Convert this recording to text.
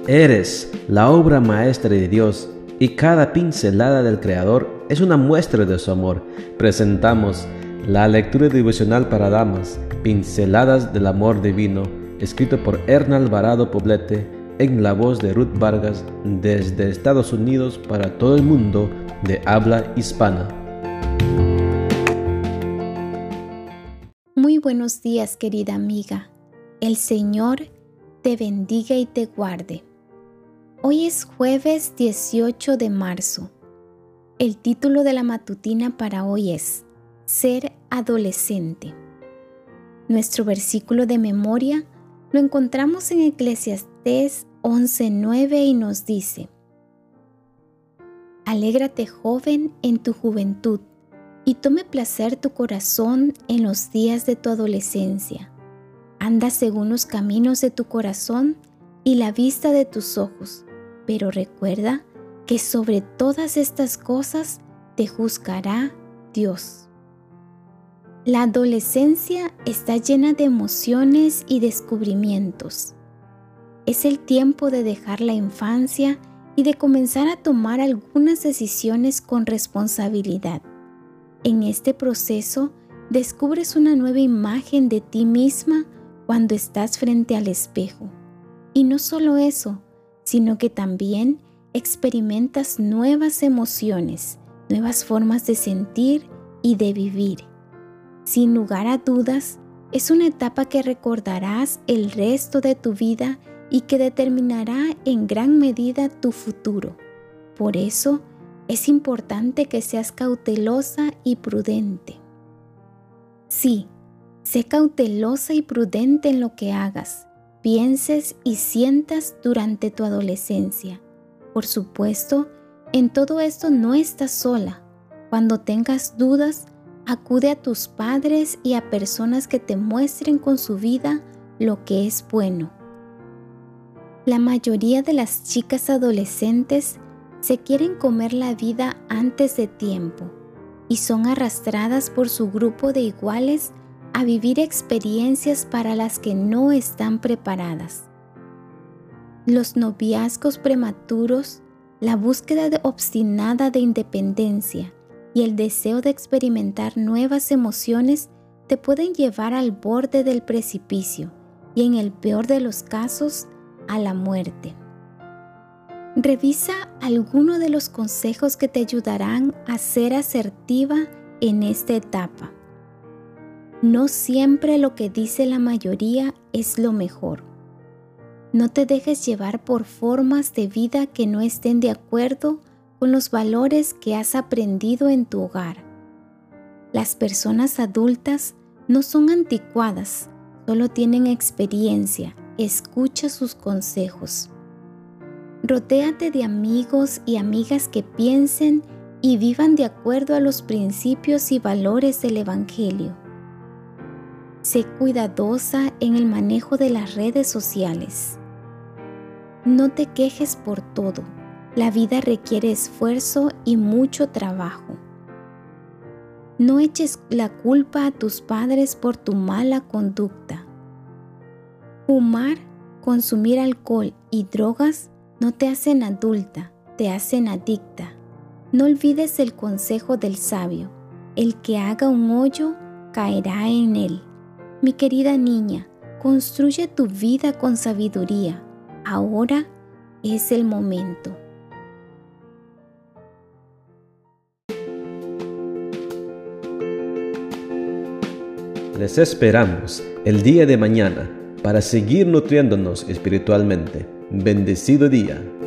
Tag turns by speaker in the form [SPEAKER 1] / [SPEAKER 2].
[SPEAKER 1] Eres la obra maestra de Dios y cada pincelada del Creador es una muestra de su amor. Presentamos la lectura devocional para damas, Pinceladas del Amor Divino, escrito por Erna Alvarado Poblete, en la voz de Ruth Vargas, desde Estados Unidos para todo el mundo de habla hispana.
[SPEAKER 2] Muy buenos días, querida amiga. El Señor te bendiga y te guarde. Hoy es jueves 18 de marzo. El título de la matutina para hoy es Ser adolescente. Nuestro versículo de memoria lo encontramos en Eclesiastés 11:9 y nos dice: Alégrate, joven, en tu juventud, y tome placer tu corazón en los días de tu adolescencia. Anda según los caminos de tu corazón y la vista de tus ojos, pero recuerda que sobre todas estas cosas te juzgará Dios. La adolescencia está llena de emociones y descubrimientos. Es el tiempo de dejar la infancia y de comenzar a tomar algunas decisiones con responsabilidad. En este proceso, descubres una nueva imagen de ti misma cuando estás frente al espejo. Y no solo eso, sino que también experimentas nuevas emociones, nuevas formas de sentir y de vivir. Sin lugar a dudas, es una etapa que recordarás el resto de tu vida y que determinará en gran medida tu futuro. Por eso, es importante que seas cautelosa y prudente. Sí, sé cautelosa y prudente en lo que hagas, pienses y sientas durante tu adolescencia. Por supuesto, en todo esto no estás sola. Cuando tengas dudas, acude a tus padres y a personas que te muestren con su vida lo que es bueno. La mayoría de las chicas adolescentes se quieren comer la vida antes de tiempo y son arrastradas por su grupo de iguales a vivir experiencias para las que no están preparadas. Los noviazgos prematuros, la búsqueda obstinada de independencia y el deseo de experimentar nuevas emociones te pueden llevar al borde del precipicio y, en el peor de los casos, a la muerte. Revisa algunos de los consejos que te ayudarán a ser asertiva en esta etapa. No siempre lo que dice la mayoría es lo mejor. No te dejes llevar por formas de vida que no estén de acuerdo con los valores que has aprendido en tu hogar. Las personas adultas no son anticuadas, solo tienen experiencia. Escucha sus consejos. Rodéate de amigos y amigas que piensen y vivan de acuerdo a los principios y valores del Evangelio. Sé cuidadosa en el manejo de las redes sociales. No te quejes por todo. La vida requiere esfuerzo y mucho trabajo. No eches la culpa a tus padres por tu mala conducta. Fumar, consumir alcohol y drogas no te hacen adulta, te hacen adicta. No olvides el consejo del sabio: el que haga un hoyo, caerá en él. Mi querida niña, construye tu vida con sabiduría. Ahora es el momento.
[SPEAKER 1] Les esperamos el día de mañana para seguir nutriéndonos espiritualmente. Bendecido día.